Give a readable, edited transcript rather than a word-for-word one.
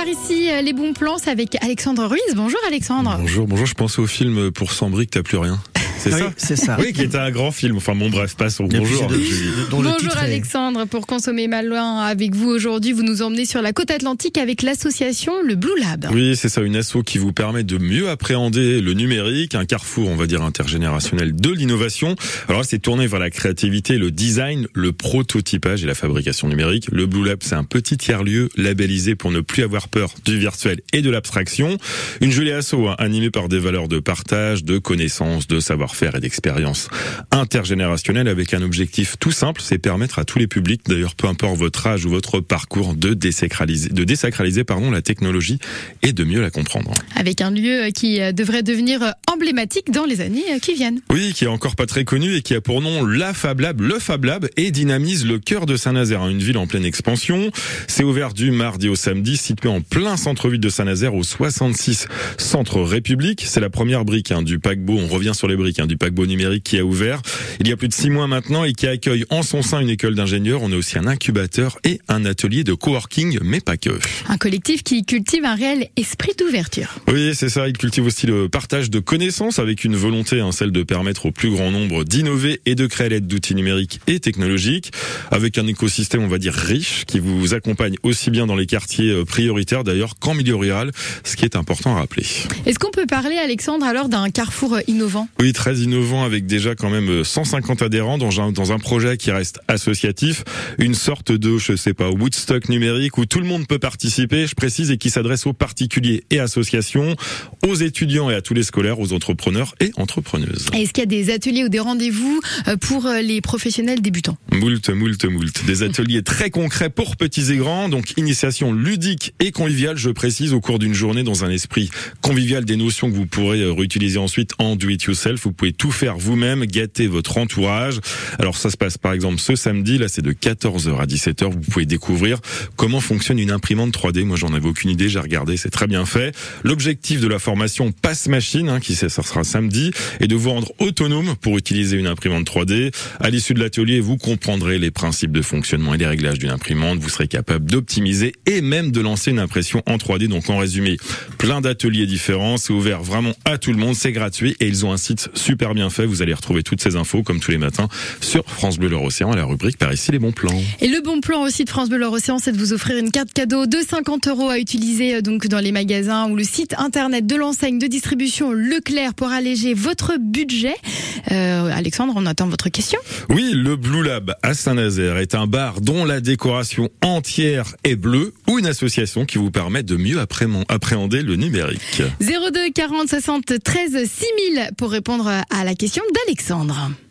ici les bons plans, c'est avec Alexandre Ruiz. Bonjour Alexandre. Bonjour, je pense au film Pour 100 briques, t'as plus rien. C'est oui, ça c'est ça. Oui, qui était un grand film. Enfin bon, bref, passons. Bonjour. Bonjour Alexandre, pour consommer malin avec vous aujourd'hui, vous nous emmenez sur la côte atlantique avec l'association Le Blue Lab. Oui, c'est ça, une asso qui vous permet de mieux appréhender le numérique, un carrefour, on va dire, intergénérationnel de l'innovation. Alors là, c'est tourné vers la créativité, le design, le prototypage et la fabrication numérique. Le Blue Lab, c'est un petit tiers-lieu labellisé pour ne plus avoir peur du virtuel et de l'abstraction. Une jolie asso animée par des valeurs de partage, de connaissances, de savoir-faire et d'expérience intergénérationnelle avec un objectif tout simple, c'est permettre à tous les publics, d'ailleurs peu importe votre âge ou votre parcours, de désacraliser la technologie et de mieux la comprendre. Avec un lieu qui devrait devenir emblématique dans les années qui viennent. Oui, qui est encore pas très connu et qui a pour nom le Fab Lab et dynamise le cœur de Saint-Nazaire, une ville en pleine expansion. C'est ouvert du mardi au samedi, situé en plein centre-ville de Saint-Nazaire au 66 Centre République. C'est la première brique du paquebot, on revient sur les briques du paquebot numérique qui a ouvert il y a plus de 6 mois maintenant et qui accueille en son sein une école d'ingénieurs. On a aussi un incubateur et un atelier de coworking, mais pas que. Un collectif qui cultive un réel esprit d'ouverture. Oui, c'est ça. Il cultive aussi le partage de connaissances avec une volonté, celle de permettre au plus grand nombre d'innover et de créer à l'aide d'outils numériques et technologiques, avec un écosystème, on va dire, riche, qui vous accompagne aussi bien dans les quartiers prioritaires d'ailleurs qu'en milieu rural, ce qui est important à rappeler. Est-ce qu'on peut parler, Alexandre, alors d'un carrefour innovant ? Oui, très innovant, avec déjà quand même 150 adhérents dans un projet qui reste associatif, une sorte de, Woodstock numérique où tout le monde peut participer, je précise, et qui s'adresse aux particuliers et associations, aux étudiants et à tous les scolaires, aux entrepreneurs et entrepreneuses. Est-ce qu'il y a des ateliers ou des rendez-vous pour les professionnels débutants ? Moult. Des ateliers très concrets pour petits et grands, donc initiation ludique et conviviale, je précise, au cours d'une journée dans un esprit convivial, des notions que vous pourrez réutiliser ensuite en do-it-yourself. Vous pouvez tout faire vous-même, gâter votre entourage. Alors ça se passe par exemple ce samedi, là c'est de 14h à 17h, vous pouvez découvrir comment fonctionne une imprimante 3D. Moi j'en avais aucune idée, j'ai regardé, c'est très bien fait. L'objectif de la formation Passe Machine, ça sera samedi, est de vous rendre autonome pour utiliser une imprimante 3D. À l'issue de l'atelier, vous comprendrez les principes de fonctionnement et les réglages d'une imprimante, vous serez capable d'optimiser et même de lancer une impression en 3D. Donc en résumé, plein d'ateliers différents, c'est ouvert vraiment à tout le monde, c'est gratuit et ils ont un site super bien fait. Vous allez retrouver toutes ces infos comme tous les matins sur France Bleu Océan à la rubrique par ici les bons plans. Et le bon plan aussi de France Bleu Océan, c'est de vous offrir une carte cadeau de 50 € à utiliser donc dans les magasins ou le site internet de l'enseigne de distribution Leclerc pour alléger votre budget. Alexandre, on attend votre question. Oui, le Blue Lab à Saint-Nazaire est un bar dont la décoration entière est bleue ou une association qui vous permet de mieux appréhender le numérique. 02 40 60 13 6000 pour répondre à la question d'Alexandre.